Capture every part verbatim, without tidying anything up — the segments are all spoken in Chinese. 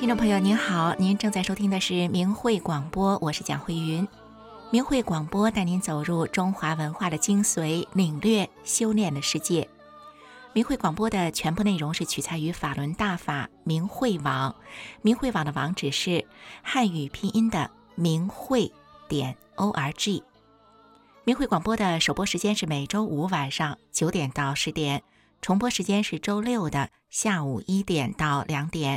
听众朋友您好，您正在收听的是明慧广播，我是蒋慧云。明慧广播带您走入中华文化的精髓，领略修炼的世界。明慧广播的全部内容是取材于法轮大法明慧网，明慧网的网址是汉语拼音的明慧点 org。明慧广播的首播时间是每周五晚上九点到十点，重播时间是周六的下午一点到两点。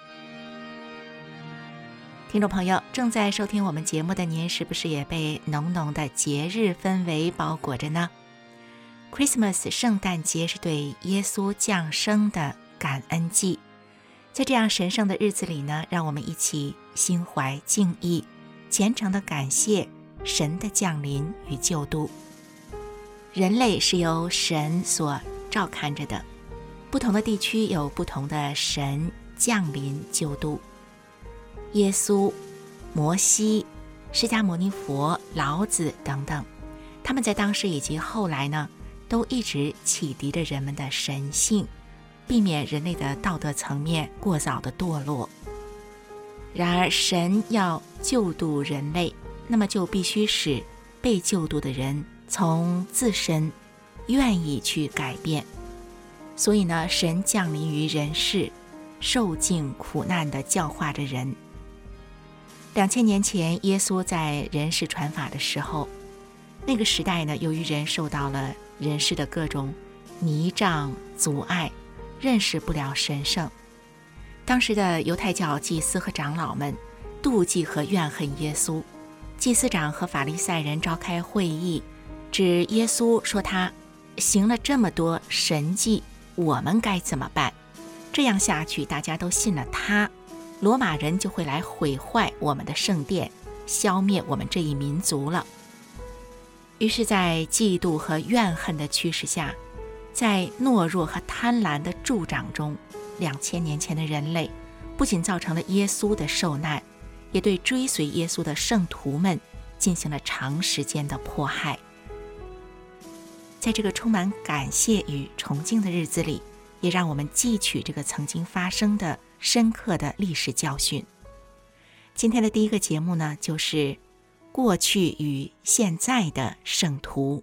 听众朋友，正在收听我们节目的您，是不是也被浓浓的节日氛围包裹着呢？ Christmas 圣诞节是对耶稣降生的感恩季，在这样神圣的日子里呢，让我们一起心怀敬意，虔诚的感谢神的降临与救度。人类是由神所照看着的，不同的地区有不同的神降临救度。耶稣、摩西、释迦牟尼佛、老子等等，他们在当时以及后来呢，都一直启迪着人们的神性，避免人类的道德层面过早的堕落。然而神要救度人类，那么就必须使被救度的人从自身愿意去改变。所以呢，神降临于人世，受尽苦难的教化着人。两千年前，耶稣在人世传法的时候，那个时代呢，由于人受到了人世的各种泥障阻碍，认识不了神圣。当时的犹太教祭司和长老们妒忌和怨恨耶稣，祭司长和法利赛人召开会议，指耶稣说他行了这么多神迹，我们该怎么办？这样下去，大家都信了他，罗马人就会来毁坏我们的圣殿，消灭我们这一民族了。于是在嫉妒和怨恨的驱使下，在懦弱和贪婪的助长中，两千年前的人类不仅造成了耶稣的受难，也对追随耶稣的圣徒们进行了长时间的迫害。在这个充满感谢与崇敬的日子里，也让我们汲取这个曾经发生的深刻的历史教训。今天的第一个节目呢，就是过去与现在的圣徒。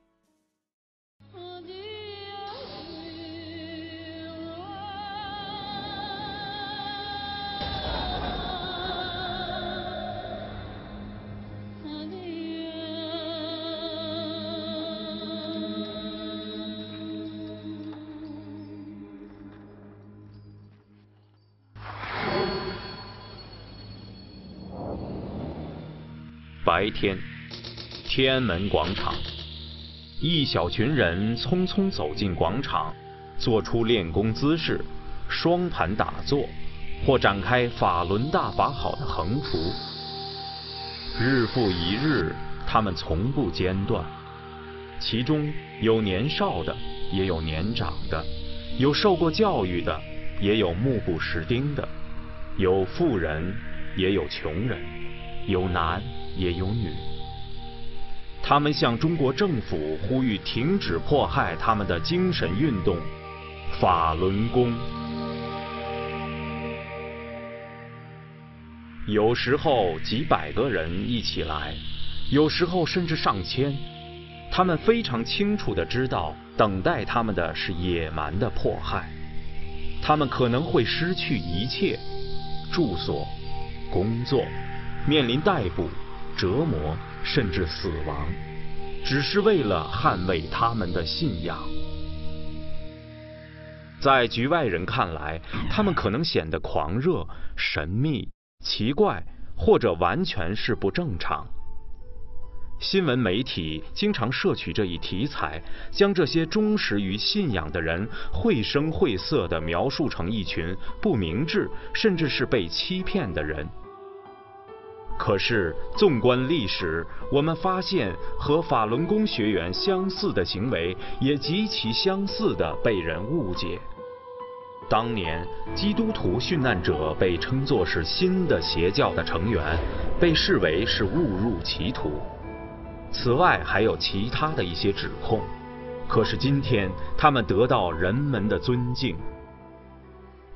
白天，天安门广场，一小群人匆匆走进广场，做出练功姿势，双盘打坐，或展开法轮大法好的横幅。日复一日，他们从不间断，其中有年少的，也有年长的，有受过教育的，也有目不识丁的，有富人，也有穷人，有男也有女。他们向中国政府呼吁停止迫害他们的精神运动法轮功。有时候几百个人一起来，有时候甚至上千。他们非常清楚地知道，等待他们的是野蛮的迫害。他们可能会失去一切，住所、工作，面临逮捕、折磨，甚至死亡，只是为了捍卫他们的信仰。在局外人看来，他们可能显得狂热、神秘、奇怪，或者完全是不正常。新闻媒体经常摄取这一题材，将这些忠实于信仰的人绘声绘色地描述成一群不明智，甚至是被欺骗的人。可是纵观历史，我们发现和法轮功学员相似的行为，也极其相似地被人误解。当年基督徒殉难者被称作是新的邪教的成员，被视为是误入歧途。此外还有其他的一些指控，可是今天他们得到人们的尊敬。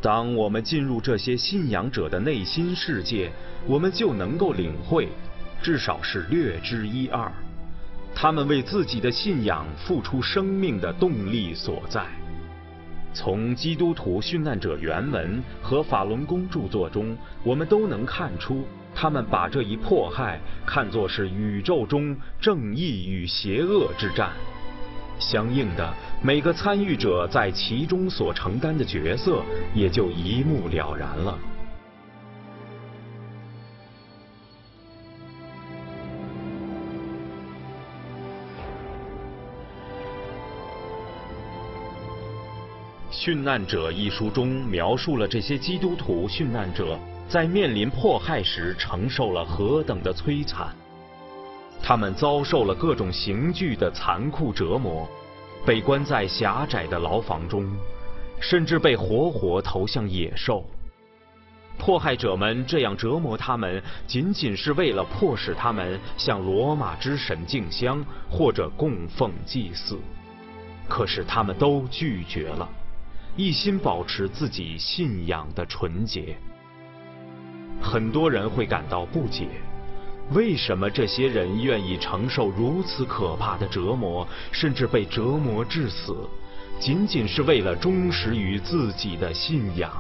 当我们进入这些信仰者的内心世界，我们就能够领会，至少是略知一二，他们为自己的信仰付出生命的动力所在。从基督徒殉难者原文和法轮功著作中，我们都能看出，他们把这一迫害看作是宇宙中正义与邪恶之战。相应的，每个参与者在其中所承担的角色也就一目了然了。《殉难者》一书中描述了这些基督徒殉难者在面临迫害时承受了何等的摧残。他们遭受了各种刑具的残酷折磨，被关在狭窄的牢房中，甚至被活活投向野兽。迫害者们这样折磨他们，仅仅是为了迫使他们向罗马之神敬香或者供奉祭祀。可是他们都拒绝了，一心保持自己信仰的纯洁。很多人会感到不解，为什么这些人愿意承受如此可怕的折磨，甚至被折磨致死，仅仅是为了忠实于自己的信仰？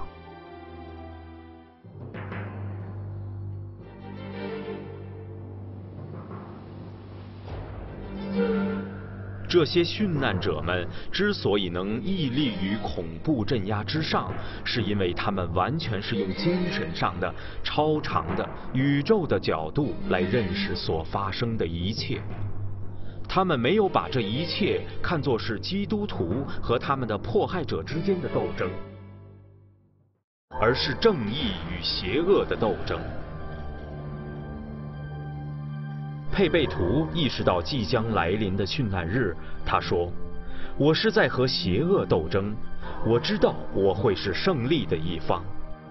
这些殉难者们之所以能屹立于恐怖镇压之上，是因为他们完全是用精神上的、超常的、宇宙的角度来认识所发生的一切。他们没有把这一切看作是基督徒和他们的迫害者之间的斗争，而是正义与邪恶的斗争。佩贝图意识到即将来临的殉难日，他说：“我是在和邪恶斗争，我知道我会是胜利的一方。”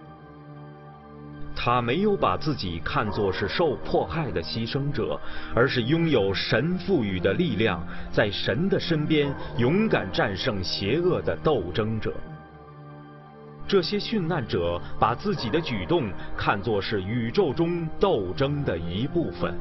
他没有把自己看作是受迫害的牺牲者，而是拥有神赋予的力量，在神的身边勇敢战胜邪恶的斗争者。这些殉难者把自己的举动看作是宇宙中斗争的一部分。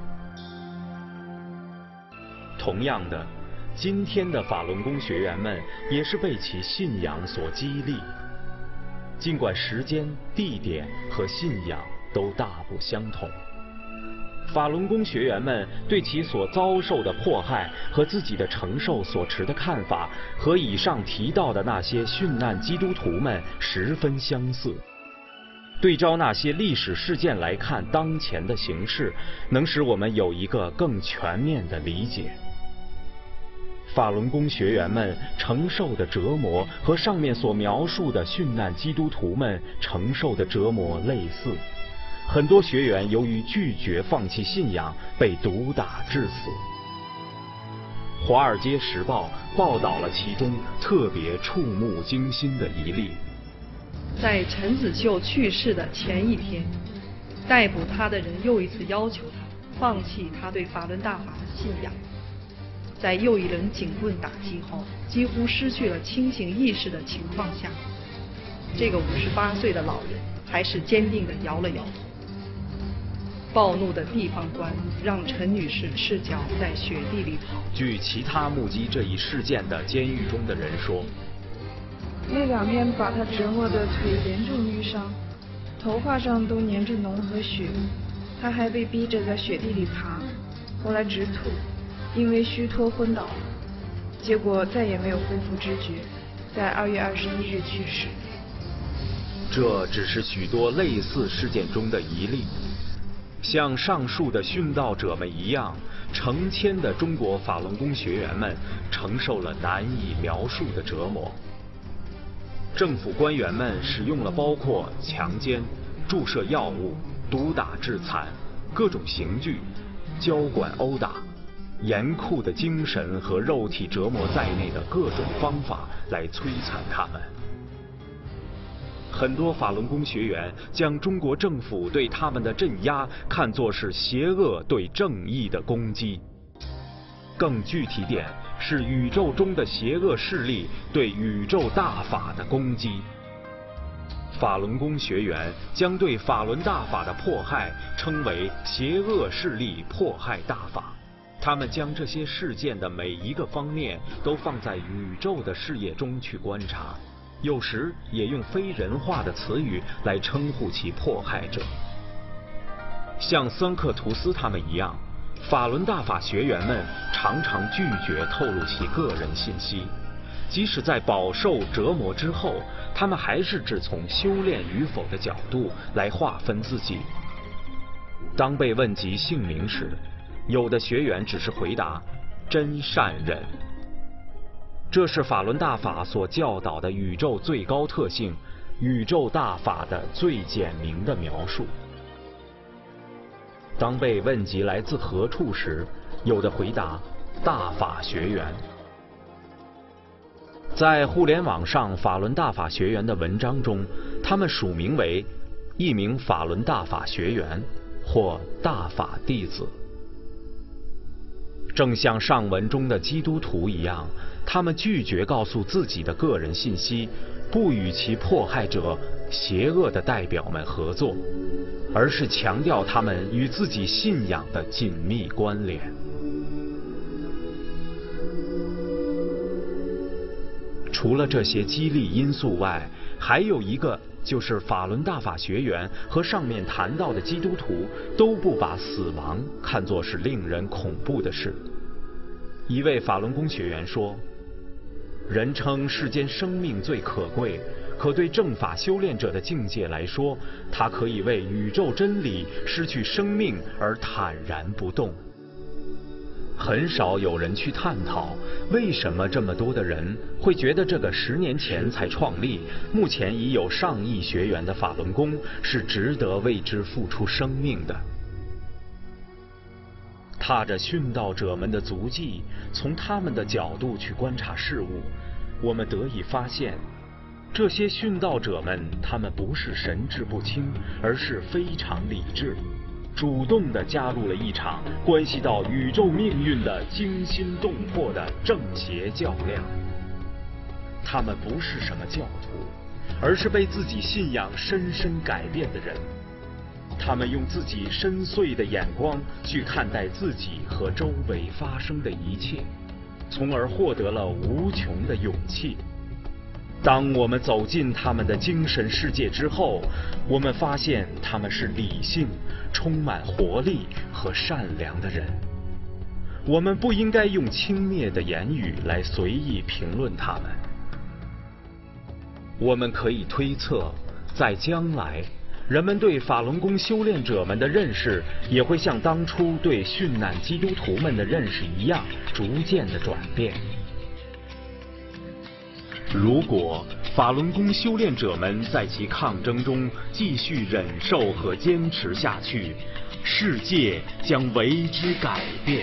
同样的，今天的法轮功学员们也是被其信仰所激励，尽管时间、地点和信仰都大不相同。法轮功学员们对其所遭受的迫害和自己的承受所持的看法，和以上提到的那些殉难基督徒们十分相似。对照那些历史事件来看当前的形势，能使我们有一个更全面的理解。法轮功学员们承受的折磨和上面所描述的殉难基督徒们承受的折磨类似，很多学员由于拒绝放弃信仰，被毒打致死。《华尔街时报》报道了其中特别触目惊心的一例。 在陈子秀去世的前一天，逮捕他的人又一次要求他放弃他对法轮大法的信仰。在又一轮警棍打击后，几乎失去了清醒意识的情况下，这个五十八岁的老人还是坚定地摇了摇头。暴怒的地方官让陈女士赤脚在雪地里跑。 据其他目击这一事件的监狱中的人说， 那两天把她折磨得腿严重淤伤，头发上都粘着脓和血，她还被逼着在雪地里爬，后来直吐，因为虚脱昏倒了，结果再也没有恢复知觉，在二月二十一日去世。 这只是许多类似事件中的一例。像上述的殉道者们一样，成千的中国法轮功学员们承受了难以描述的折磨。政府官员们使用了包括强奸、注射药物、毒打致残、各种刑具、交管殴打、严酷的精神和肉体折磨在内的各种方法来摧残他们。很多法轮功学员将中国政府对他们的镇压看作是邪恶对正义的攻击，更具体点是宇宙中的邪恶势力对宇宙大法的攻击。 法轮功学员将对法轮大法的迫害称为邪恶势力迫害大法。他们将这些事件的每一个方面都放在宇宙的视野中去观察，有时也用非人化的词语来称呼其迫害者。像桑克图斯他们一样，法轮大法学员们常常拒绝透露其个人信息，即使在饱受折磨之后，他们还是只从修炼与否的角度来划分自己。当被问及姓名时，有的学员只是回答真善忍。这是法轮大法所教导的宇宙最高特性，宇宙大法的最简明的描述。当被问及来自何处时，有的回答大法学员。在互联网上法轮大法学员的文章中，他们署名为一名法轮大法学员或大法弟子。正像上文中的基督徒一样，他们拒绝告诉自己的个人信息，不与其迫害者、邪恶的代表们合作，而是强调他们与自己信仰的紧密关联。除了这些激励因素外，还有一个就是法轮大法学员和上面谈到的基督徒都不把死亡看作是令人恐怖的事。一位法轮功学员说，人称世间生命最可贵，可对正法修炼者的境界来说，他可以为宇宙真理失去生命而坦然不动。很少有人去探讨为什么这么多的人会觉得这个十年前才创立、目前已有上亿学员的法轮功是值得为之付出生命的。踏着殉道者们的足迹，从他们的角度去观察事物，我们得以发现，这些殉道者们，他们不是神志不清，而是非常理智，主动地加入了一场关系到宇宙命运的惊心动魄的正邪较量。他们不是什么教徒，而是被自己信仰深深改变的人。他们用自己深邃的眼光去看待自己和周围发生的一切，从而获得了无穷的勇气。当我们走进他们的精神世界之后，我们发现他们是理性、充满活力和善良的人。我们不应该用轻蔑的言语来随意评论他们。我们可以推测，在将来，人们对法轮功修炼者们的认识也会像当初对殉难基督徒们的认识一样，逐渐的转变。如果法轮功修炼者们在其抗争中继续忍受和坚持下去，世界将为之改变。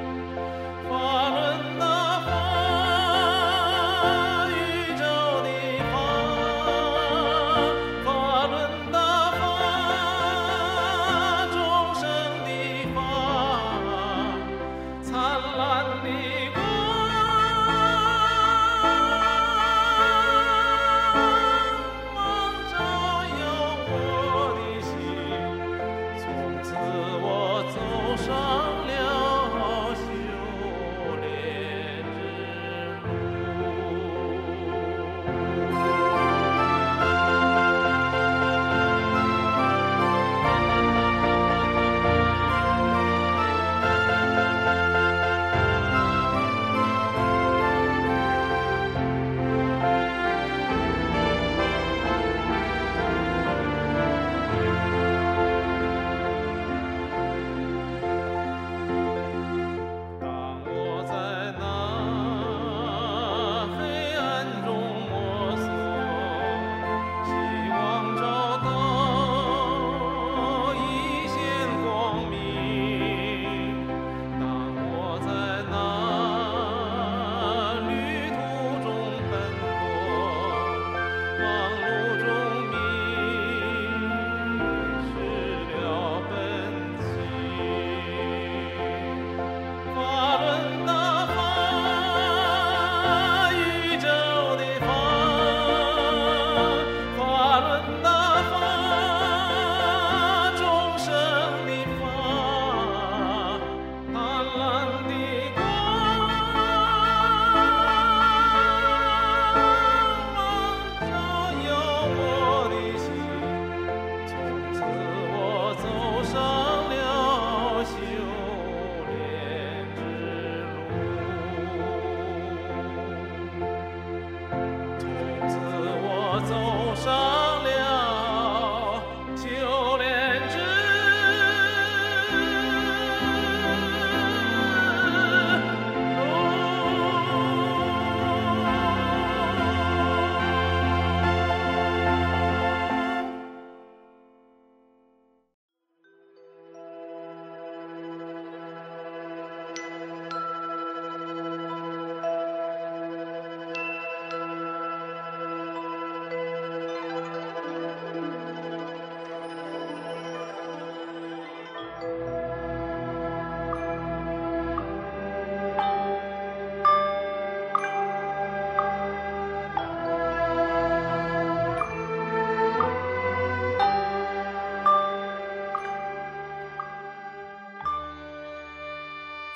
法轮大法，宇宙的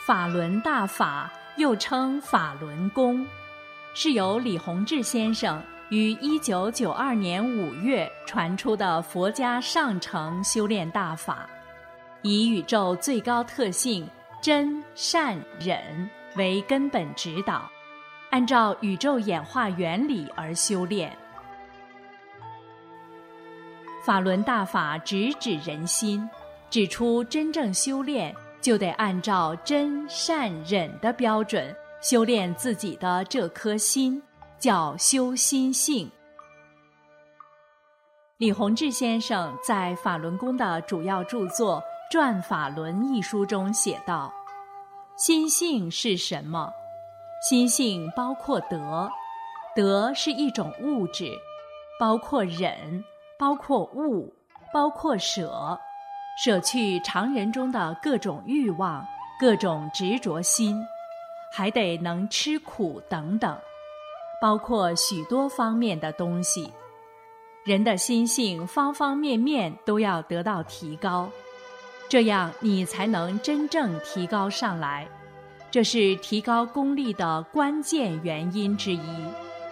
法轮大法又称法轮功，是由李洪志先生于一九九二年五月传出的佛家上乘修炼大法，以宇宙最高特性真善忍为根本指导，按照宇宙演化原理而修炼。法轮大法直指人心，指出真正修炼就得按照真善忍的标准修炼自己的这颗心，叫修心性。李洪志先生在法轮功的主要著作《转法轮》一书中写道：心性是什么？心性包括德，德是一种物质，包括忍，包括悟，包括舍，舍去常人中的各种欲望，各种执着心，还得能吃苦等等，包括许多方面的东西。人的心性方方面面都要得到提高，这样你才能真正提高上来，这是提高功力的关键原因之一。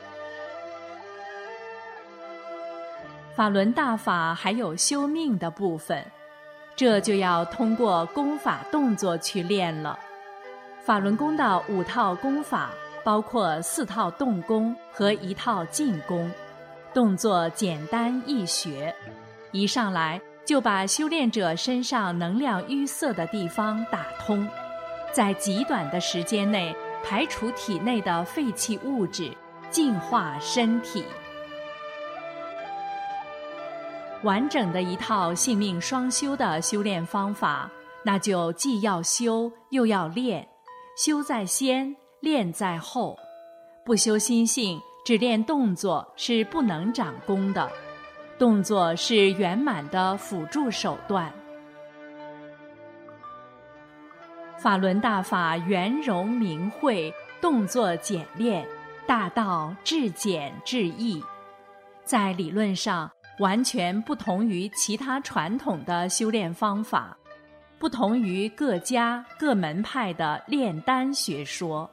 法轮大法还有修命的部分，这就要通过功法动作去练了。法轮功的五套功法包括四套动功和一套静功，动作简单易学，一上来就把修炼者身上能量淤塞的地方打通，在极短的时间内排除体内的废弃物质，净化身体。完整的一套性命双修的修炼方法，那就既要修又要练，修在先，练在后。不修心性，只练动作是不能长功的，动作是圆满的辅助手段。法轮大法圆融明慧，动作简练，大道至简至易，在理论上完全不同于其他传统的修炼方法，不同于各家各门派的炼丹学说。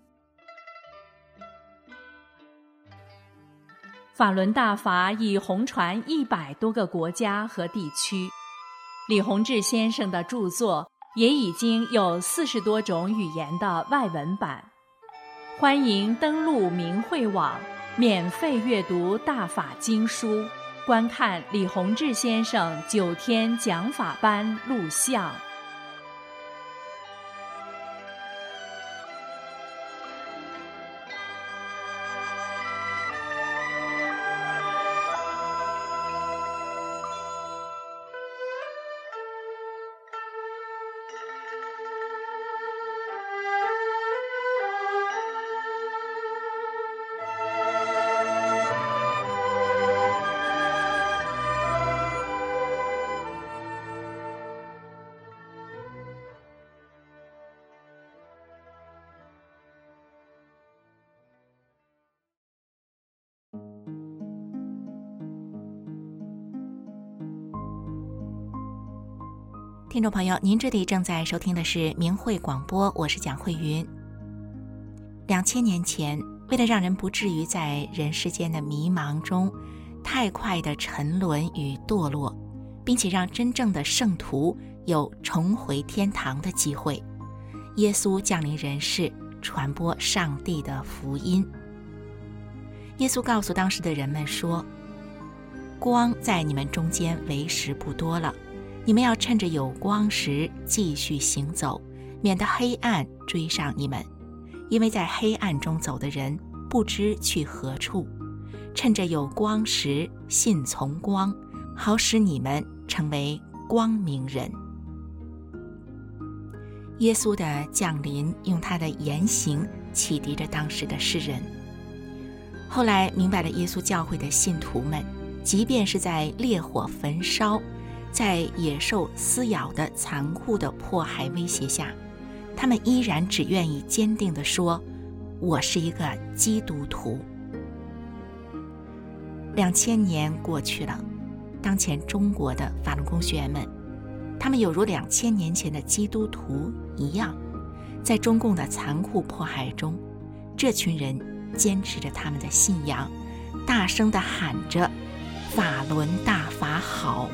法轮大法已红传一百多个国家和地区，李洪志先生的著作也已经有四十多种语言的外文版。欢迎登录明慧网，免费阅读大法经书，观看李洪志先生九天讲法班录像。 听众朋友，您这里正在收听的是明慧广播，我是蒋慧云。两千年前，为了让人不至于在人世间的迷茫中太快的沉沦与堕落，并且让真正的圣徒有重回天堂的机会，耶稣降临人世，传播上帝的福音。耶稣告诉当时的人们说，光在你们中间为时不多了，你们要趁着有光时继续行走，免得黑暗追上你们，因为在黑暗中走的人不知去何处。趁着有光时信从光，好使你们成为光明人。耶稣的降临用他的言行启迪着当时的世人。后来明白了耶稣教会的信徒们，即便是在烈火焚烧，在野兽撕咬的残酷的迫害威胁下，他们依然只愿意坚定地说，我是一个基督徒。两千年过去了，当前中国的法轮功学员们，他们有如两千年前的基督徒一样， 在中共的残酷迫害中，这群人坚持着他们的信仰，大声地喊着法轮大法好。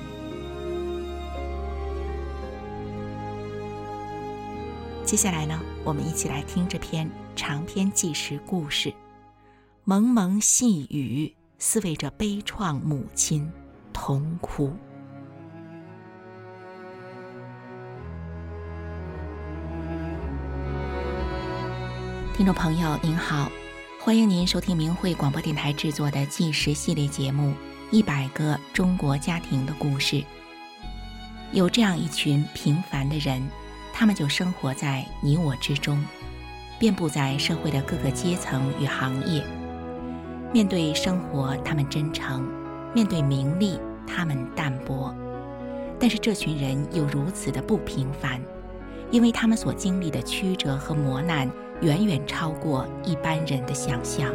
接下来呢，我们一起来听这篇长篇纪实故事。蒙蒙细雨，思为着悲怆母亲同哭。听众朋友您好，欢迎您收听明慧广播电台制作的纪实系列节目《一百个中国家庭的故事》。有这样一群平凡的人，他们就生活在你我之中，遍布在社会的各个阶层与行业。面对生活，他们真诚；面对名利，他们淡薄。但是这群人又如此的不平凡，因为他们所经历的曲折和磨难，远远超过一般人的想象。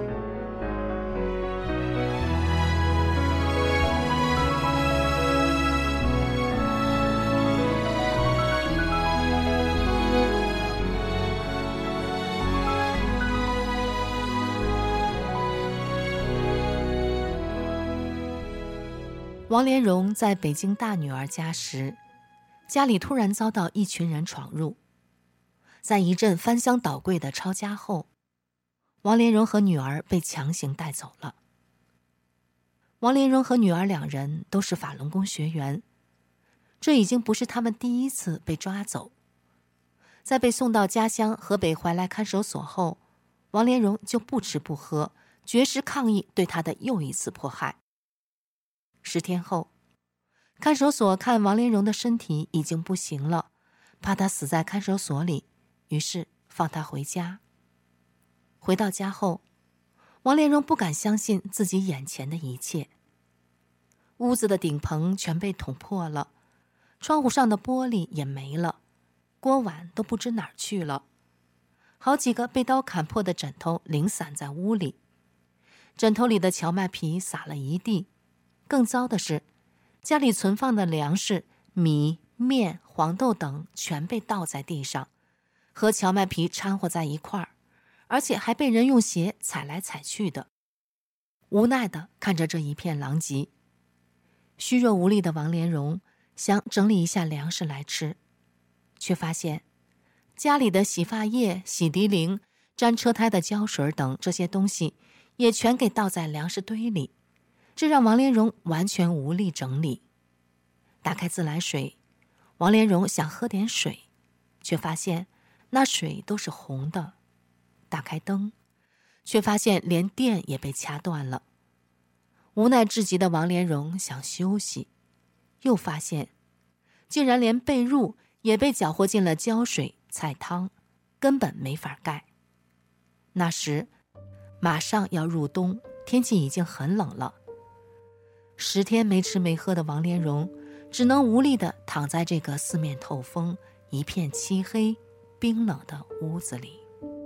王莲蓉在北京大女儿家时，家里突然遭到一群人闯入，在一阵翻箱倒柜的抄家后，王莲蓉和女儿被强行带走了。王莲蓉和女儿两人都是法轮功学员，这已经不是他们第一次被抓走。在被送到家乡河北怀来看守所后，王莲蓉就不吃不喝，绝食抗议对她的又一次迫害。十天后，看守所看王莲蓉的身体已经不行了，怕她死在看守所里，于是放她回家。回到家后，王莲蓉不敢相信自己眼前的一切。屋子的顶棚全被捅破了，窗户上的玻璃也没了，锅碗都不知哪儿去了，好几个被刀砍破的枕头零散在屋里，枕头里的荞麦皮撒了一地。更糟的是，家里存放的粮食、米、面、黄豆等全被倒在地上，和荞麦皮掺和在一块儿，而且还被人用鞋踩来踩去的。无奈地看着这一片狼藉，虚弱无力的王莲蓉想整理一下粮食来吃，却发现家里的洗发液、洗涤灵、粘车胎的胶水等这些东西也全给倒在粮食堆里，这让王莲蓉完全无力整理。打开自来水，王莲蓉想喝点水，却发现那水都是红的。打开灯，却发现连电也被掐断了。无奈至极的王莲蓉想休息，又发现竟然连被褥也被搅和进了胶水、菜汤，根本没法盖。那时马上要入冬，天气已经很冷了。十天没吃没喝的王莲蓉只能无力地躺在这个四面透风、一片漆黑、冰冷的屋子里。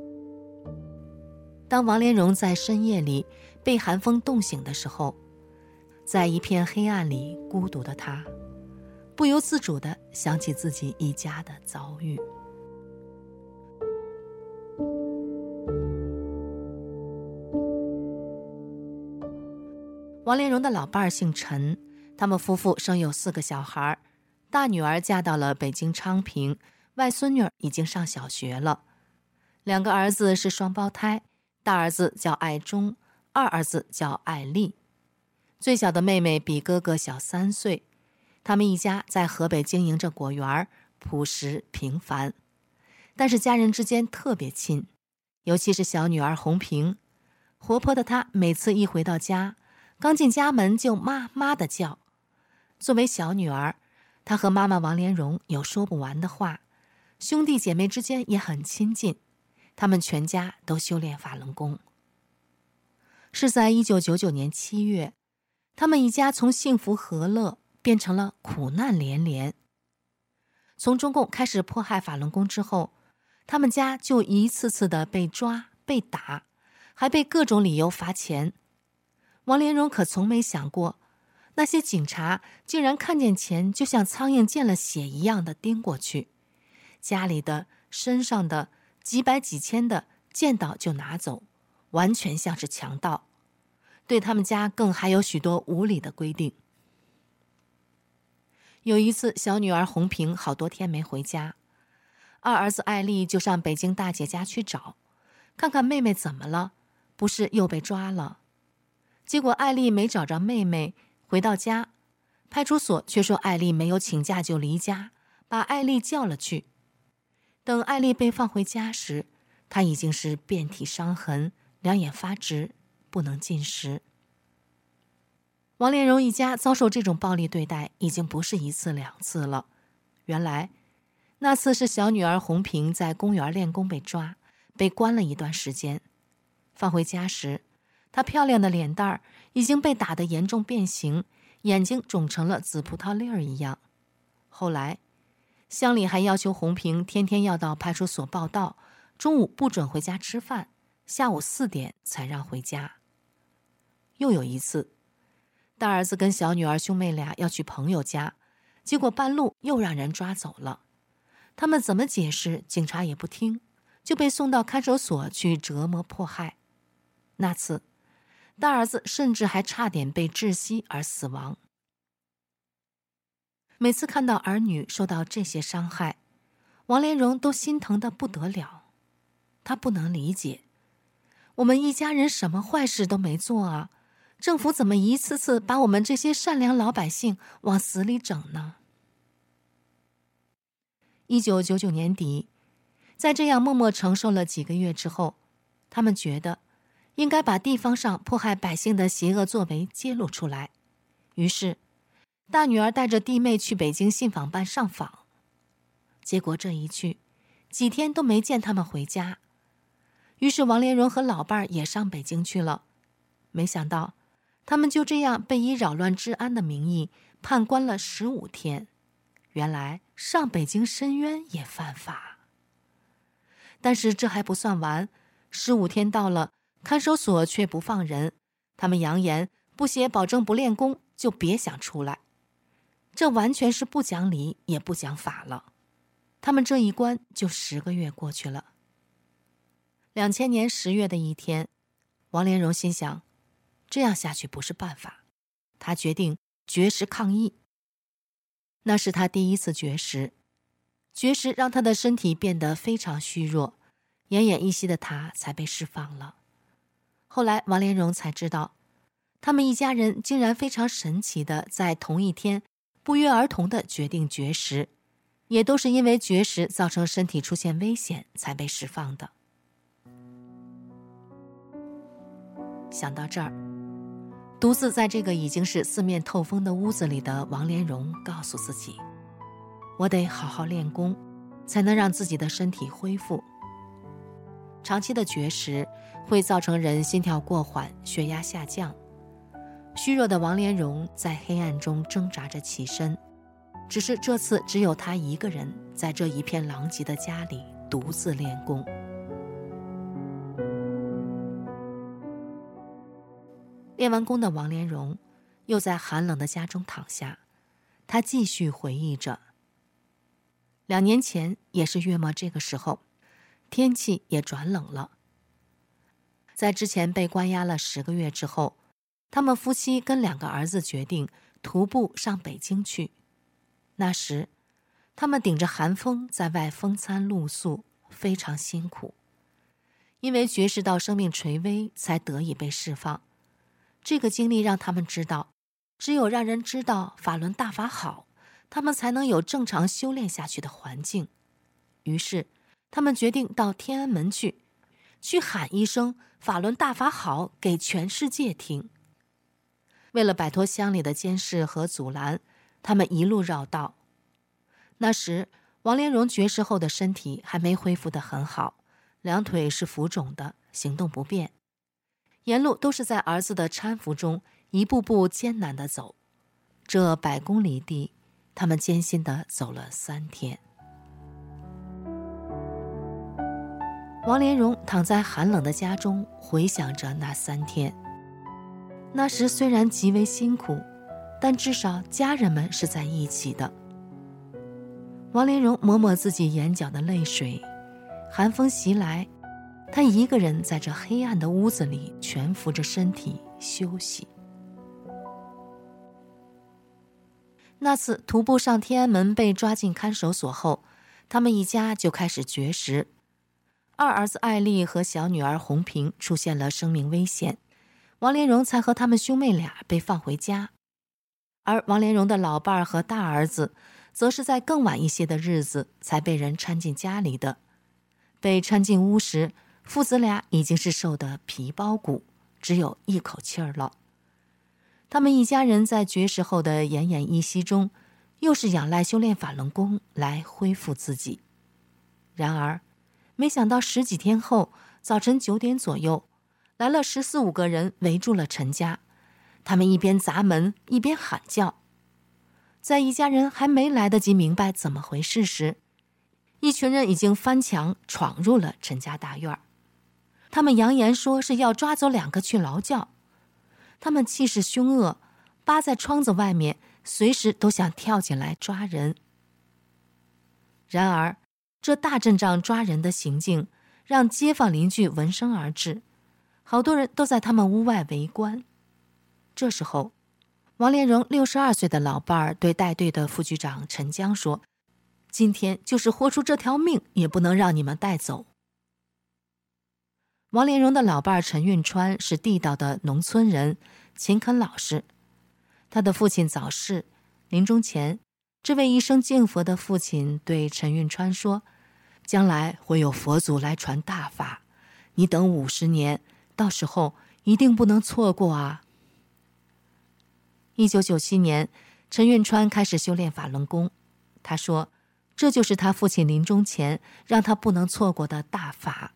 当王莲蓉在深夜里被寒风冻醒的时候，在一片黑暗里孤独的她，不由自主地想起自己一家的遭遇。王莲蓉的老伴儿姓陈，他们夫妇生有四个小孩，大女儿嫁到了北京昌平，外孙女已经上小学了。两个儿子是双胞胎，大儿子叫爱忠，二儿子叫爱丽。最小的妹妹比哥哥小三岁。他们一家在河北经营着果园，朴实平凡，但是家人之间特别亲，尤其是小女儿红萍，活泼的她每次一回到家，刚进家门就妈妈的叫。作为小女儿，她和妈妈王莲蓉有说不完的话，兄弟姐妹之间也很亲近，他们全家都修炼法轮功。是在一九九九年七月，他们一家从幸福和乐变成了苦难连连。从中共开始迫害法轮功之后，他们家就一次次的被抓、被打，还被各种理由罚钱。王莲蓉可从没想过，那些警察竟然看见钱就像苍蝇见了血一样的盯过去，家里的、身上的、 几百几千的见到就拿走，完全像是强盗。对他们家更还有许多无理的规定。有一次，小女儿红萍好多天没回家，二儿子艾丽就上北京大姐家去找，看看妹妹怎么了，不是又被抓了。结果艾丽没找着妹妹，回到家，派出所却说艾丽没有请假就离家，把艾丽叫了去。等艾丽被放回家时，她已经是遍体伤痕，两眼发直，不能进食。王连荣一家遭受这种暴力对待已经不是一次两次了。原来那次是小女儿红萍在公园练功被抓，被关了一段时间。放回家时，她漂亮的脸蛋儿已经被打得严重变形，眼睛肿成了紫葡萄粒儿一样。后来乡里还要求红萍天天要到派出所报到，中午不准回家吃饭，下午四点才让回家。又有一次，大儿子跟小女儿兄妹俩要去朋友家，结果半路又让人抓走了。他们怎么解释，警察也不听，就被送到看守所去折磨迫害。那次，大儿子甚至还差点被窒息而死亡。每次看到儿女受到这些伤害，王连荣都心疼得不得了。他不能理解，我们一家人什么坏事都没做啊，政府怎么一次次把我们这些善良老百姓往死里整呢？一九九九年底，在这样默默承受了几个月之后，他们觉得应该把地方上迫害百姓的邪恶作为揭露出来。于是大女儿带着弟妹去北京信访办上访，结果这一去几天都没见他们回家。于是王连荣和老伴儿也上北京去了，没想到他们就这样被以扰乱治安的名义判关了十五天。原来上北京申冤也犯法。但是这还不算完，十五天到了，看守所却不放人，他们扬言不写保证不练功就别想出来。这完全是不讲理也不讲法了。他们这一关就十个月过去了。两千年十月的一天，王连荣心想，这样下去不是办法，他决定绝食抗议。那是他第一次绝食，绝食让他的身体变得非常虚弱，奄奄一息的他才被释放了。后来王连荣才知道，他们一家人竟然非常神奇的在同一天不约而同的决定绝食，也都是因为绝食造成身体出现危险才被释放的。想到这儿，独自在这个已经是四面透风的屋子里的王连荣告诉自己，我得好好练功，才能让自己的身体恢复。长期的绝食会造成人心跳过缓，血压下降。虚弱的王连荣在黑暗中挣扎着起身，只是这次只有他一个人在这一片狼藉的家里独自练功。练完功的王连荣又在寒冷的家中躺下，他继续回忆着。两年前也是月末这个时候，天气也转冷了。在之前被关押了十个月之后，他们夫妻跟两个儿子决定徒步上北京去。那时他们顶着寒风在外风餐露宿，非常辛苦。因为绝食到生命垂危才得以被释放。这个经历让他们知道，只有让人知道法轮大法好，他们才能有正常修炼下去的环境。于是他们决定到天安门去，去喊一声法轮大法好给全世界听。为了摆脱乡里的监视和阻拦，他们一路绕道。那时王连荣绝食后的身体还没恢复得很好，两腿是浮肿的，行动不便。沿路都是在儿子的搀扶中一步步艰难地走，这百公里地他们艰辛地走了三天。王连荣躺在寒冷的家中回想着那三天。那时虽然极为辛苦，但至少家人们是在一起的。王连荣抹抹自己眼角的泪水， 寒风袭来，他一个人在这黑暗的屋子里蜷伏着身体休息。那次徒步上天安门被抓进看守所后，他们一家就开始绝食。二儿子艾丽和小女儿红萍出现了生命危险，王连荣才和他们兄妹俩被放回家。而王连荣的老伴儿和大儿子则是在更晚一些的日子才被人搀进家里的。被搀进屋时，父子俩已经是瘦得皮包骨，只有一口气儿了。他们一家人在绝食后的奄奄一息中，又是仰赖修炼法轮功来恢复自己。然而没想到十几天后，早晨九点左右，来了十四五个人围住了陈家。他们一边砸门一边喊叫。在一家人还没来得及明白怎么回事时，一群人已经翻墙闯入了陈家大院。他们扬言说是要抓走两个去劳教。他们气势凶恶，扒在窗子外面，随时都想跳进来抓人。然而这大阵仗抓人的行径让街坊邻居闻声而至，好多人都在他们屋外围观。这时候王连荣六十二岁的老伴儿对带队的副局长陈江说，今天就是豁出这条命也不能让你们带走。王连荣的老伴儿陈运川是地道的农村人，勤恳老实。他的父亲早逝，临终前，这位一生敬佛的父亲对陈运川说，将来会有佛祖来传大法，你等五十年，到时候一定不能错过啊。一九九七年，陈运川开始修炼法轮功。他说，这就是他父亲临终前让他不能错过的大法。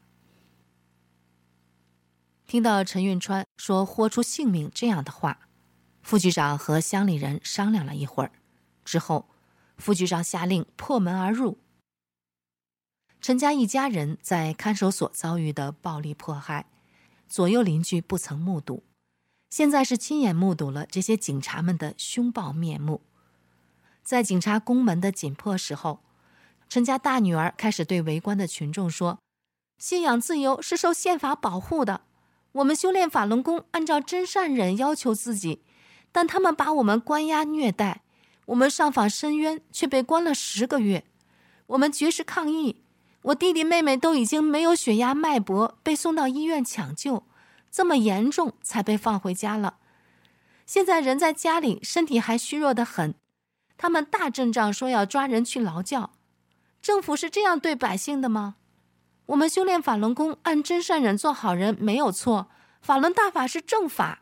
听到陈运川说豁出性命这样的话，副局长和乡里人商量了一会儿，之后副局长下令破门而入。陈家一家人在看守所遭遇的暴力迫害，左右邻居不曾目睹，现在是亲眼目睹了这些警察们的凶暴面目。在警察攻门的紧迫时候，陈家大女儿开始对围观的群众说，信仰自由是受宪法保护的，我们修炼法轮功按照真善忍要求自己，但他们把我们关押虐待，我们上访申冤却被关了十个月，我们绝食抗议，我弟弟妹妹都已经没有血压脉搏，被送到医院抢救，这么严重才被放回家了。现在人在家里身体还虚弱得很，他们大阵仗说要抓人去劳教，政府是这样对百姓的吗？我们修炼法轮功按真善忍做好人没有错，法轮大法是正法。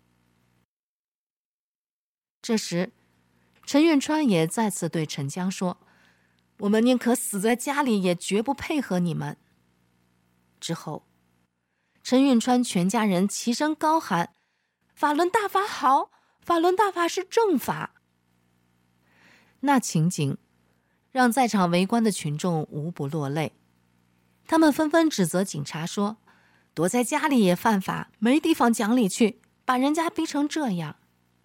这时陈运川也再次对陈江说，我们宁可死在家里也绝不配合你们。之后陈运川全家人齐声高喊，法轮大法好，法轮大法是正法。那情景让在场围观的群众无不落泪，他们纷纷指责警察说，躲在家里也犯法，没地方讲理去，把人家逼成这样。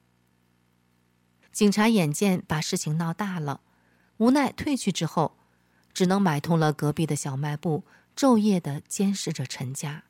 警察眼见把事情闹大了，无奈退去之后，只能买通了隔壁的小卖部，昼夜地监视着陈家。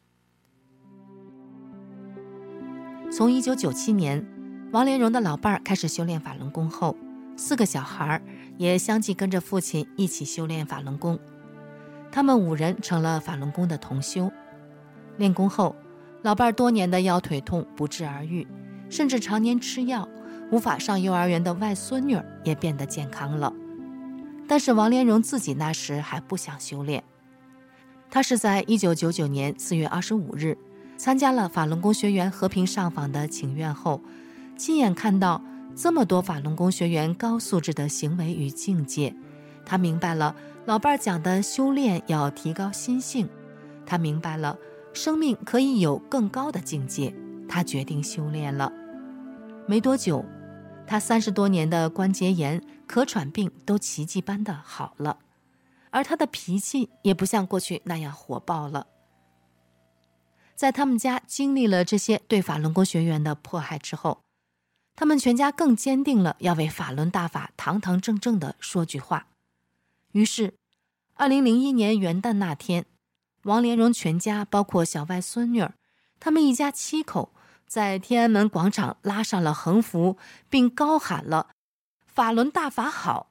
从一九九七年王连荣的老伴儿开始修炼法轮功后，四个小孩也相继跟着父亲一起修炼法轮功。他们五人成了法轮功的同修。练功后，老伴儿多年的腰腿痛不治而愈，甚至常年吃药，无法上幼儿园的外孙女也变得健康了。但是王连荣自己那时还不想修炼。他是在一九九九年四月二十五日参加了法轮功学员和平上访的请愿后，亲眼看到这么多法轮功学员高素质的行为与境界，他明白了老伴儿讲的修炼要提高心性，他明白了生命可以有更高的境界，他决定修炼了。没多久，他三十多年的关节炎、咳喘病都奇迹般的好了，而他的脾气也不像过去那样火爆了。在他们家经历了这些对法轮功学员的迫害之后，他们全家更坚定了要为法轮大法堂堂正正地说句话。于是二零零一年元旦那天，王连荣全家包括小外孙女儿，他们一家七口在天安门广场拉上了横幅，并高喊了法轮大法好。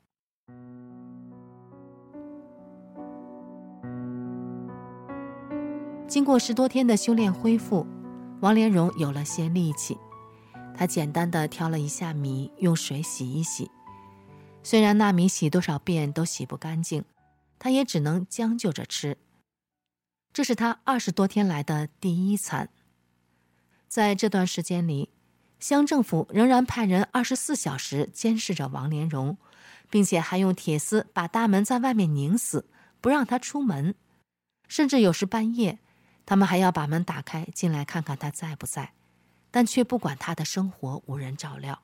经过十多天的修炼恢复，王连荣有了些力气。他简单的挑了一下米，用水洗一洗。虽然那米洗多少遍都洗不干净，他也只能将就着吃。这是他二十多天来的第一餐。在这段时间里，乡政府仍然派人二十四小时监视着王连荣，并且还用铁丝把大门在外面拧死，不让他出门。甚至有时半夜，他们还要把门打开进来看看他在不在，但却不管他的生活无人照料。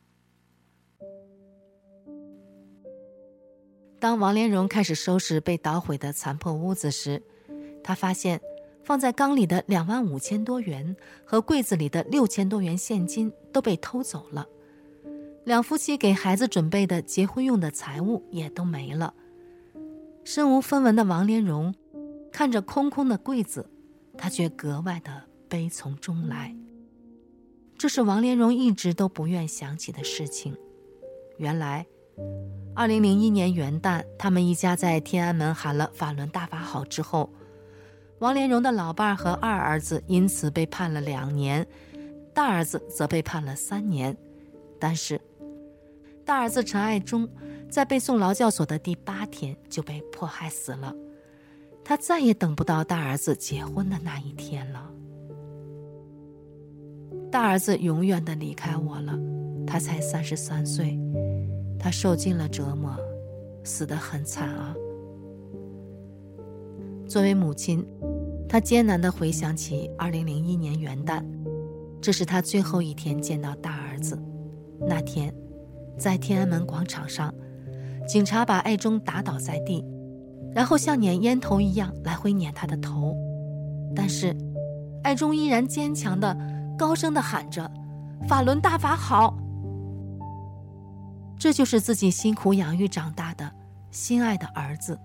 当王连荣开始收拾被捣毁的残破屋子时，他发现放在缸里的两万五千多元和柜子里的六千多元现金都被偷走了，两夫妻给孩子准备的结婚用的财物也都没了。身无分文的王连荣看着空空的柜子，他却格外的悲从中来。这是王连荣一直都不愿想起的事情。原来二零零一年元旦，他们一家在天安门喊了法轮大法好之后，王连荣的老伴和二儿子因此被判了两年，大儿子则被判了三年。但是大儿子陈爱忠在被送劳教所的第八天就被迫害死了，他再也等不到大儿子结婚的那一天了。大儿子永远地离开我了，他才三十三岁，他受尽了折磨，死得很惨啊。作为母亲，她艰难地回想起二零零一年元旦，这是她最后一天见到大儿子。那天在天安门广场上，警察把爱忠打倒在地，然后像捻烟头一样来回捻他的头，但是爱忠依然坚强地高声地喊着法轮大法好。这就是自己辛苦养育长大的心爱的儿子。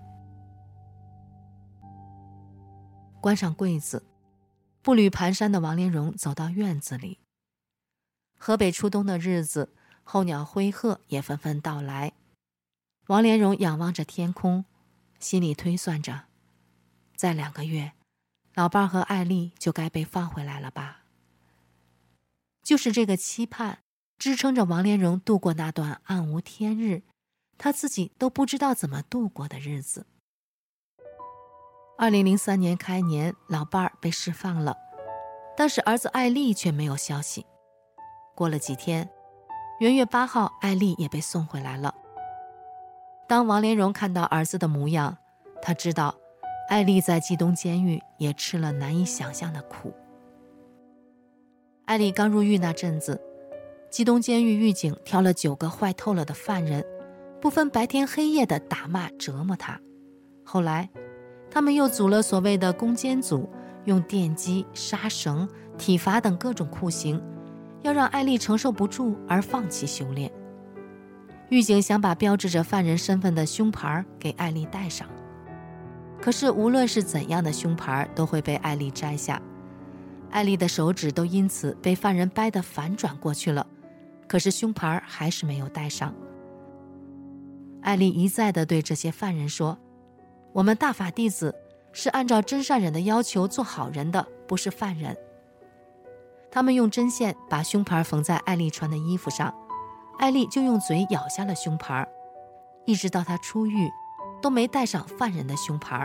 关上柜子，步履蹒跚的王连荣走到院子里。河北初冬的日子，候鸟灰鹤也纷纷到来。王连荣仰望着天空，心里推算着，再两个月，老伴和艾丽就该被放回来了吧。就是这个期盼支撑着王连荣度过那段暗无天日，他自己都不知道怎么度过的日子。二零零三年开年，老伴儿被释放了，但是儿子艾丽却没有消息。过了几天，元月八号，艾丽也被送回来了。当王连荣看到儿子的模样，他知道艾丽在冀东监狱也吃了难以想象的苦。艾丽刚入狱那阵子，冀东监狱狱警挑了九个坏透了的犯人，不分白天黑夜的打骂折磨他。后来他们又组了所谓的攻坚组，用电击、杀绳、体罚等各种酷刑，要让艾丽承受不住而放弃修炼。狱警想把标志着犯人身份的胸牌给艾丽戴上，可是无论是怎样的胸牌都会被艾丽摘下，艾丽的手指都因此被犯人掰得反转过去了，可是胸牌还是没有戴上。艾丽一再地对这些犯人说，我们大法弟子是按照真善忍的要求做好人的，不是犯人。他们用针线把胸牌缝在艾丽穿的衣服上，艾丽就用嘴咬下了胸牌，一直到她出狱都没戴上犯人的胸牌。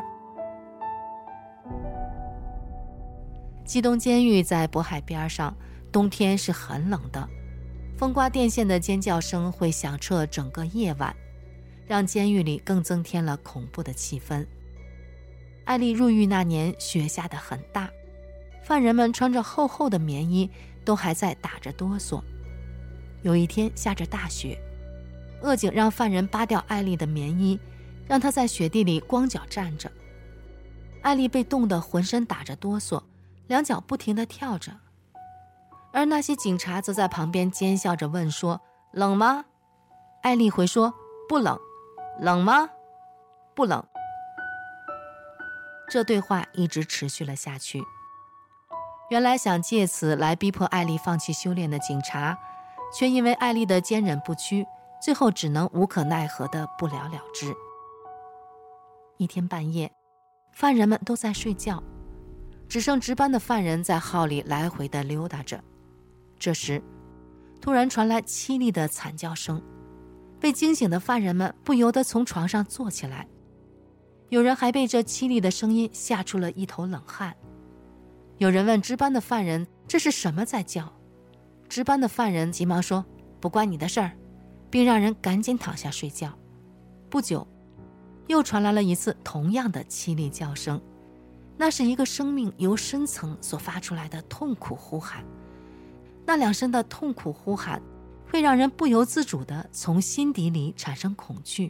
冀东监狱在渤海边上，冬天是很冷的，风刮电线的尖叫声会响彻整个夜晚，让监狱里更增添了恐怖的气氛。艾丽入狱那年雪下得很大，犯人们穿着厚厚的棉衣，都还在打着哆嗦。有一天下着大雪，恶警让犯人扒掉艾丽的棉衣，让她在雪地里光脚站着。艾丽被冻得浑身打着哆嗦，两脚不停地跳着，而那些警察则在旁边奸笑着问说，冷吗？艾丽回说，不冷。冷吗？不冷。 这对话一直持续了下去。原来想借此来逼迫艾丽放弃修炼的警察，却因为艾丽的坚忍不屈，最后只能无可奈何地不了了之。一天半夜，犯人们都在睡觉，只剩值班的犯人在号里来回地溜达着。这时，突然传来凄厉的惨叫声，被惊醒的犯人们不由得从床上坐起来，有人还被这凄厉的声音吓出了一头冷汗。有人问值班的犯人这是什么在叫，值班的犯人急忙说不关你的事儿，并让人赶紧躺下睡觉。不久，又传来了一次同样的凄厉叫声，那是一个生命由深层所发出来的痛苦呼喊。那两声的痛苦呼喊会让人不由自主地从心底里产生恐惧。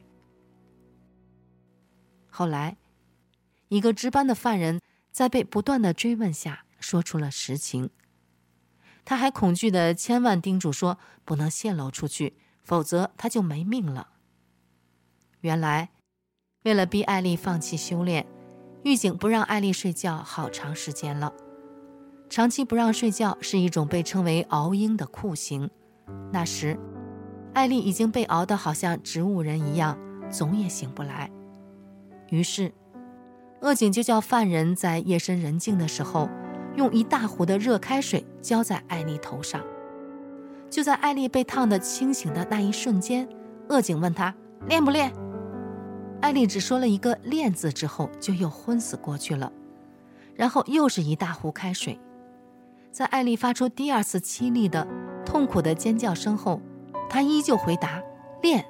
后来，一个值班的犯人在被不断的追问下说出了实情。他还恐惧地千万叮嘱说不能泄露出去，否则他就没命了。原来，为了逼艾丽放弃修炼，狱警不让艾丽睡觉好长时间了。长期不让睡觉是一种被称为熬鹰的酷刑。那时，艾丽已经被熬得好像植物人一样，总也醒不来。于是，恶警就叫犯人在夜深人静的时候，用一大壶的热开水浇在艾丽头上。就在艾丽被烫得清醒的那一瞬间，恶警问她练不练。艾丽只说了一个练字之后，就又昏死过去了。然后又是一大壶开水。在艾丽发出第二次凄厉的痛苦的尖叫声后，她依旧回答练。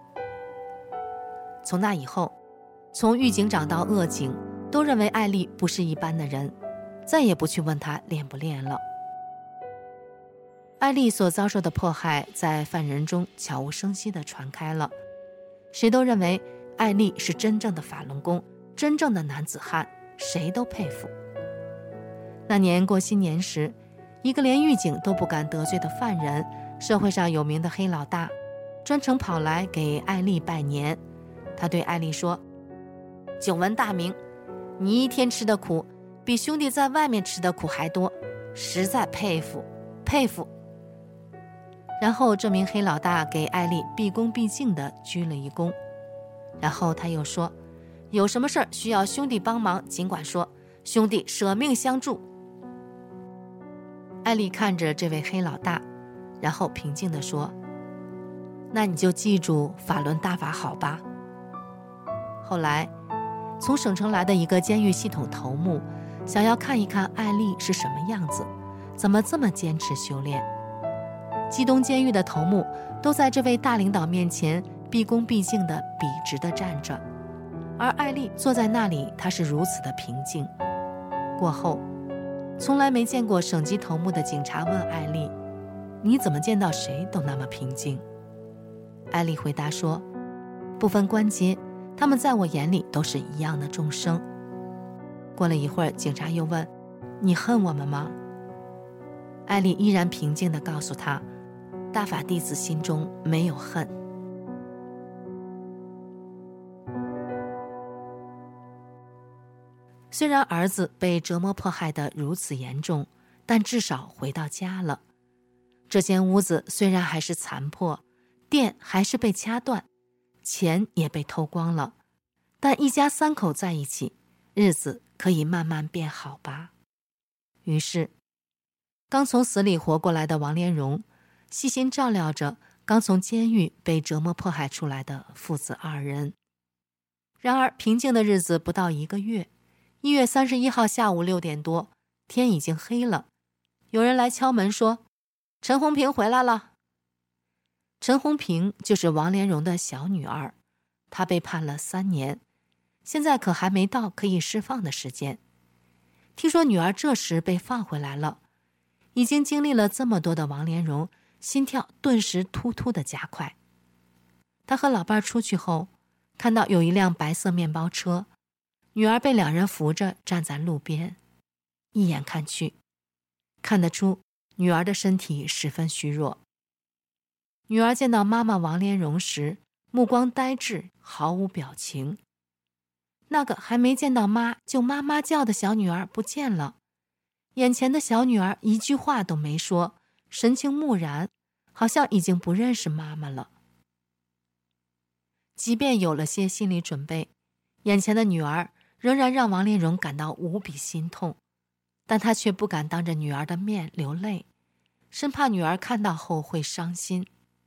从那以后，从狱警长到恶警都认为艾丽不是一般的人，再也不去问她练不练了。艾丽所遭受的迫害在犯人中悄无声息地传开了，谁都认为艾丽是真正的法轮功，真正的男子汉，谁都佩服。那年过新年时，一个连狱警都不敢得罪的犯人，社会上有名的黑老大，专程跑来给艾丽拜年。他对艾丽说，久闻大名，你一天吃的苦比兄弟在外面吃的苦还多，实在佩服佩服。然后这名黑老大给艾丽毕恭毕敬地鞠了一躬。然后他又说，有什么事儿需要兄弟帮忙尽管说，兄弟舍命相助。艾丽看着这位黑老大，然后平静地说，那你就记住法轮大法好吧。后来从省城来的一个监狱系统头目想要看一看艾丽是什么样子，怎么这么坚持修炼。基东监狱的头目都在这位大领导面前毕恭毕敬地笔直地站着，而艾丽坐在那里，她是如此的平静。过后，从来没见过省级头目的警察问艾丽，你怎么见到谁都那么平静？艾丽回答说，不分关节，他们在我眼里都是一样的众生。过了一会儿，警察又问，你恨我们吗？艾丽依然平静地告诉他，大法弟子心中没有恨。虽然儿子被折磨迫害得如此严重，但至少回到家了。这间屋子虽然还是残破，电还是被掐断，钱也被偷光了，但一家三口在一起，日子可以慢慢变好吧。于是，刚从死里活过来的王连荣细心照料着刚从监狱被折磨迫害出来的父子二人。然而平静的日子不到一个月，一月三十一号下午六点多，天已经黑了。有人来敲门说，陈红平回来了。陈红平就是王连荣的小女儿，她被判了三年，现在可还没到可以释放的时间。听说女儿这时被放回来了，已经经历了这么多的王连荣心跳顿时突突的加快。他和老伴出去后，看到有一辆白色面包车，女儿被两人扶着站在路边，一眼看去，看得出女儿的身体十分虚弱。女儿见到妈妈王连荣时，目光呆滞，毫无表情。 那个还没见到妈就妈妈叫的小女儿不见了。眼前的小女儿一句话都没说，神情木然，好像已经不认识妈妈了。即便有了些心理准备，眼前的女儿仍然让王莲荣感到无比心痛，但他却不敢当着女儿的面流泪，生怕女儿看到后会伤心。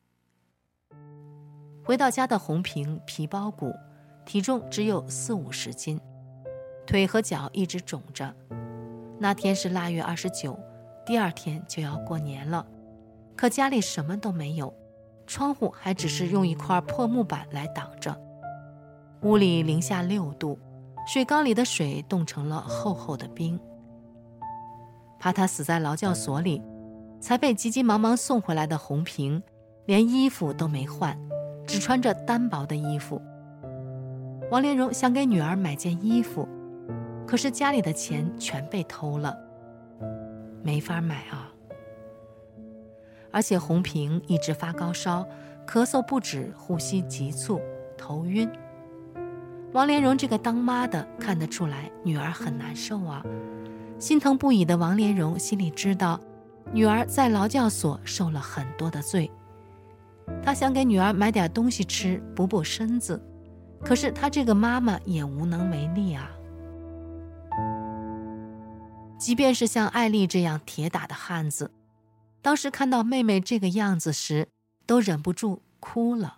回到家的红萍皮包骨，体重只有四五十斤，腿和脚一直肿着。那天是腊月二十九，第二天就要过年了，可家里什么都没有，窗户还只是用一块破木板来挡着。屋里零下六度，水缸里的水冻成了厚厚的冰。怕他死在劳教所里，才被急急忙忙送回来的红萍连衣服都没换，只穿着单薄的衣服。王莲荣想给女儿买件衣服，可是家里的钱全被偷了，没法买啊。而且红萍一直发高烧，咳嗽不止，呼吸急促，头晕。王莲荣这个当妈的看得出来女儿很难受啊，心疼不已的王莲荣心里知道女儿在劳教所受了很多的罪，他想给女儿买点东西吃补补身子，可是他这个妈妈也无能为力啊。即便是像艾丽这样铁打的汉子，当时看到妹妹这个样子时都忍不住哭了。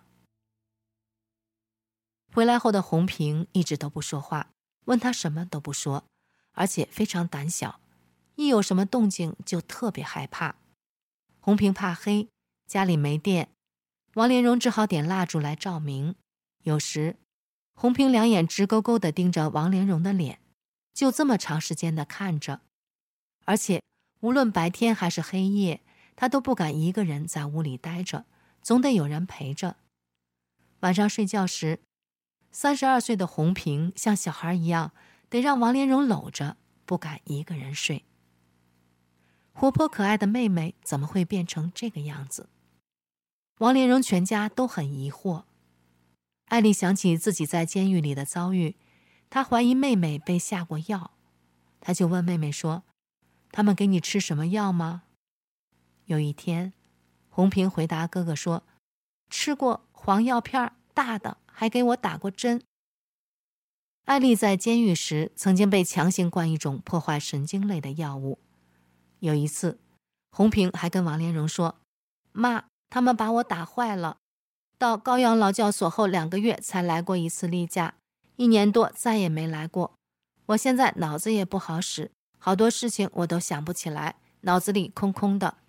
回来后的红萍一直都不说话，问她什么都不说，而且非常胆小，一有什么动静就特别害怕。红萍怕黑，家里没电，王莲荣只好点蜡烛来照明。有时红萍两眼直勾勾地盯着王莲荣的脸，就这么长时间地看着，而且无论白天还是黑夜，她都不敢一个人在屋里待着，总得有人陪着。晚上睡觉时，三十二岁的红萍像小孩一样，得让王莲荣搂着，不敢一个人睡。活泼可爱的妹妹怎么会变成这个样子？王莲荣全家都很疑惑。艾丽想起自己在监狱里的遭遇，她怀疑妹妹被下过药，她就问妹妹说：“他们给你吃什么药吗？”有一天，红萍回答哥哥说：“吃过黄药片，大的，还给我打过针。”艾丽在监狱时曾经被强行灌一种破坏神经类的药物。有一次，红萍还跟王莲荣说：“妈，他们把我打坏了。到高阳劳教所后两个月才来过一次例假，一年多再也没来过。我现在脑子也不好使，好多事情我都想不起来，脑子里空空的。”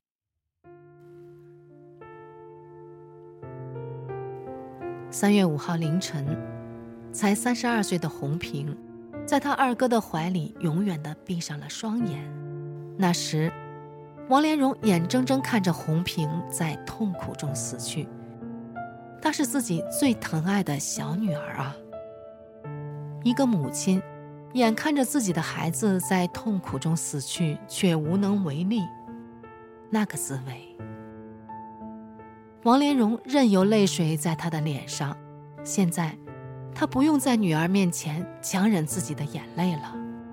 三月五号凌晨，才三十二岁的红萍，在他二哥的怀里永远地闭上了双眼。那时，王莲荣眼睁睁看着红萍在痛苦中死去。她是自己最疼爱的小女儿啊！一个母亲，眼看着自己的孩子在痛苦中死去，却无能为力，那个滋味。王莲荣任由泪水在她的脸上，现在她不用在女儿面前强忍自己的眼泪了。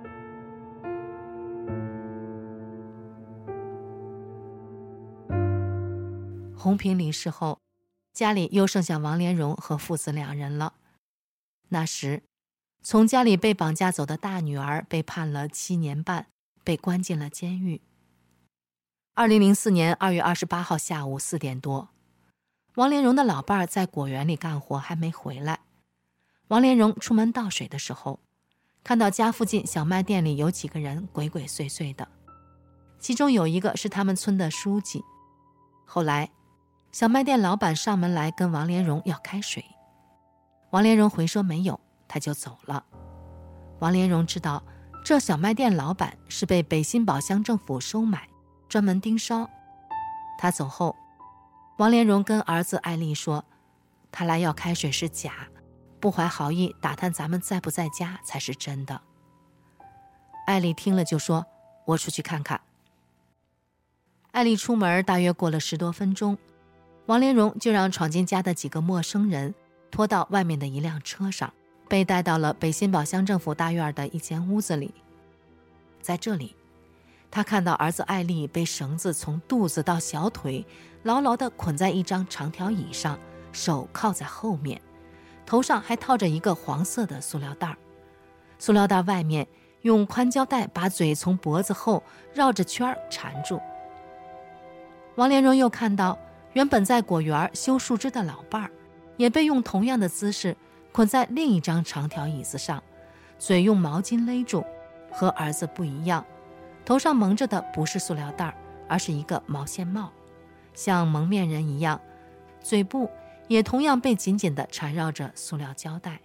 红萍离世后，家里又剩下王莲荣和父子两人了。那时，从家里被绑架走的大女儿被判了七年半，被关进了监狱。二零零四年二月二十八号下午四点多，王莲荣的老伴儿在果园里干活还没回来。王莲荣出门倒水的时候，看到家附近小卖店里有几个人鬼鬼祟祟的，其中有一个是他们村的书记。后来小卖店老板上门来跟王莲荣要开水，王莲荣回说没有，他就走了。王莲荣知道这小卖店老板是被北新堡乡政府收买，专门盯梢。他走后，王莲荣跟儿子艾丽说，他来要开水是假，不怀好意打探咱们在不在家才是真的。艾丽听了就说，我出去看看。艾丽出门大约过了十多分钟，王莲荣就让闯进家的几个陌生人拖到外面的一辆车上， 被带到了北新堡乡政府大院的一间屋子里。在这里，他看到儿子艾利被绳子从肚子到小腿牢牢地捆在一张长条椅上，手靠在后面，头上还套着一个黄色的塑料袋，塑料袋外面用宽胶带把嘴从脖子后绕着圈缠住。王连荣又看到原本在果园修树枝的老伴儿，也被用同样的姿势捆在另一张长条椅子上，嘴用毛巾勒住。和儿子不一样，头上蒙着的不是塑料袋，而是一个毛线帽，像蒙面人一样，嘴部也同样被紧紧地缠绕着塑料胶带。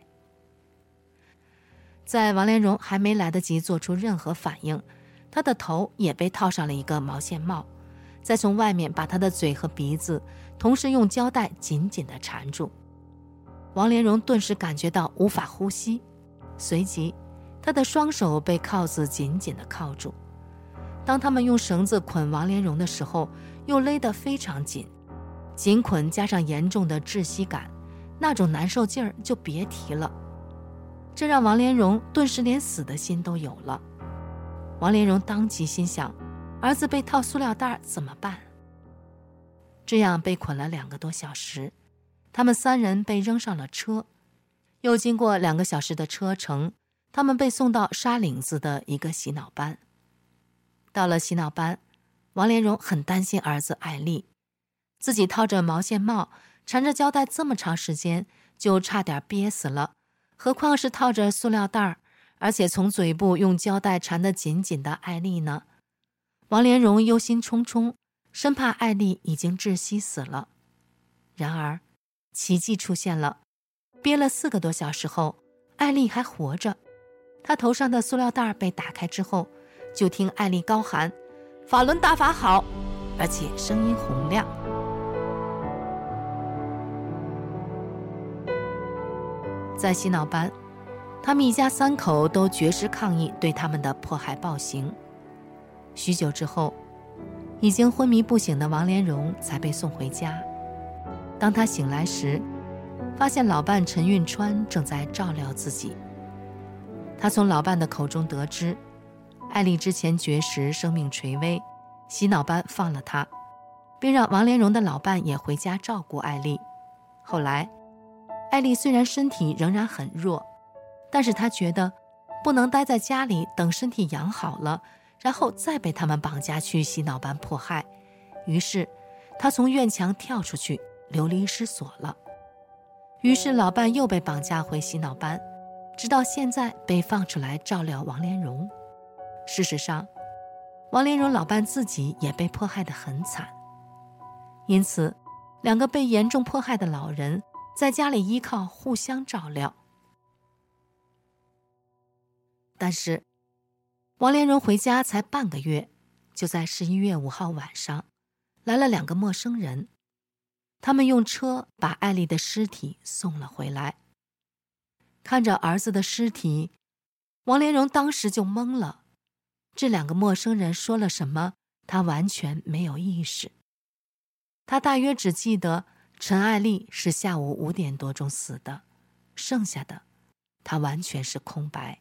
在王连荣还没来得及做出任何反应，他的头也被套上了一个毛线帽，再从外面把他的嘴和鼻子同时用胶带紧紧地缠住。王连荣顿时感觉到无法呼吸，随即他的双手被铐子紧紧地铐住。当他们用绳子捆王连荣的时候，又勒得非常紧，紧捆加上严重的窒息感，那种难受劲儿就别提了。这让王连荣顿时连死的心都有了。王连荣当即心想，儿子被套塑料袋怎么办？这样被捆了两个多小时，他们三人被扔上了车，又经过两个小时的车程，他们被送到沙岭子的一个洗脑班。到了洗脑班，王连荣很担心儿子艾利，自己套着毛线帽，缠着胶带这么长时间，就差点憋死了，何况是套着塑料袋，而且从嘴部用胶带缠得紧紧的艾利呢？王连荣忧心忡忡，生怕艾利已经窒息死了。然而奇迹出现了，憋了四个多小时后，艾利还活着。他头上的塑料袋被打开之后，就听艾利高喊：“法轮大法好！”而且声音洪亮。在洗脑班，他们一家三口都绝食抗议对他们的迫害暴行。许久之后，已经昏迷不醒的王连荣才被送回家。当他醒来时，发现老伴陈运川正在照料自己。他从老伴的口中得知，艾丽之前绝食，生命垂危，洗脑班放了他，并让王连荣的老伴也回家照顾艾丽。后来，艾丽虽然身体仍然很弱，但是她觉得不能待在家里等身体养好了，然后再被他们绑架去洗脑班迫害，于是她从院墙跳出去，流离失所了。于是老伴又被绑架回洗脑班，直到现在被放出来照料王连荣。事实上，王连荣老伴自己也被迫害得很惨，因此两个被严重迫害的老人在家里依靠互相照料。但是王连荣回家才半个月，就在十一月五号晚上，来了两个陌生人，他们用车把艾丽的尸体送了回来。看着儿子的尸体，王连荣当时就懵了。这两个陌生人说了什么，他完全没有意识。他大约只记得陈艾丽是下午五点多钟死的，剩下的他完全是空白。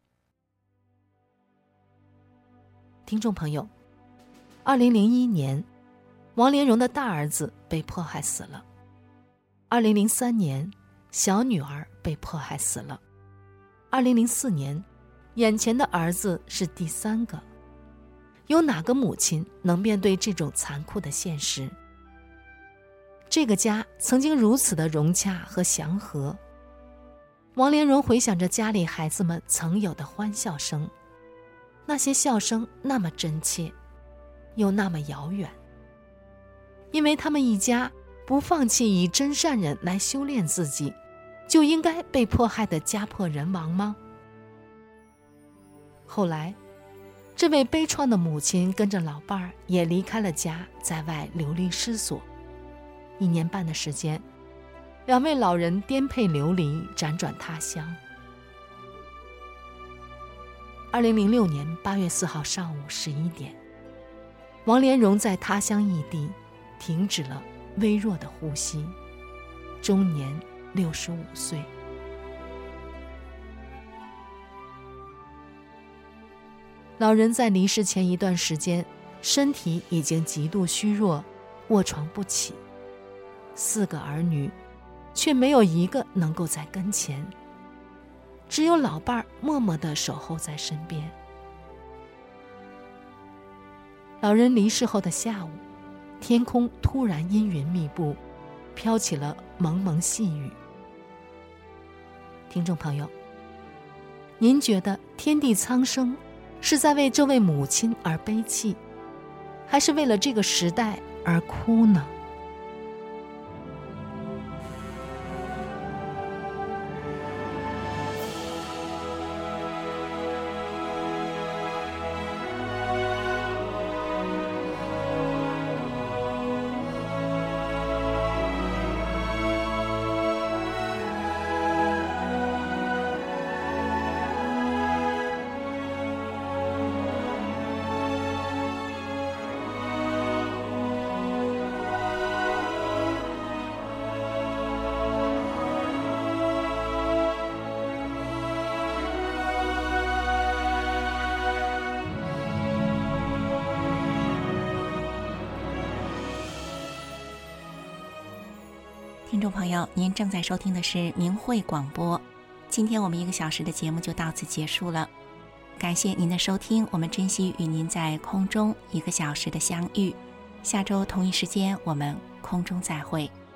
听众朋友，二零零一年，王连荣的大儿子被迫害死了。二零零三年，小女儿被迫害死了。二零零四年，眼前的儿子是第三个。有哪个母亲能面对这种残酷的现实？这个家曾经如此的融洽和祥和。王连荣回想着家里孩子们曾有的欢笑声，那些笑声那么真切，又那么遥远。因为他们一家不放弃以真善忍来修炼自己，就应该被迫害得家破人亡吗？后来，这位悲怆的母亲跟着老伴儿也离开了家，在外流离失所。一年半的时间，两位老人颠沛流离，辗转他乡。二零零六年八月四号上午十一点，王连荣在他乡异地停止了微弱的呼吸，终年六十五岁。 老人在离世前一段时间，身体已经极度虚弱，卧床不起。四个儿女，却没有一个能够在跟前，只有老伴儿默默地守候在身边。老人离世后的下午，天空突然阴云密布，飘起了蒙蒙细雨。听众朋友，您觉得天地苍生是在为这位母亲而悲泣，还是为了这个时代而哭呢？ 听众朋友，您正在收听的是明慧广播。今天我们一个小时的节目就到此结束了，感谢您的收听，我们珍惜与您在空中一个小时的相遇。下周同一时间我们空中再会。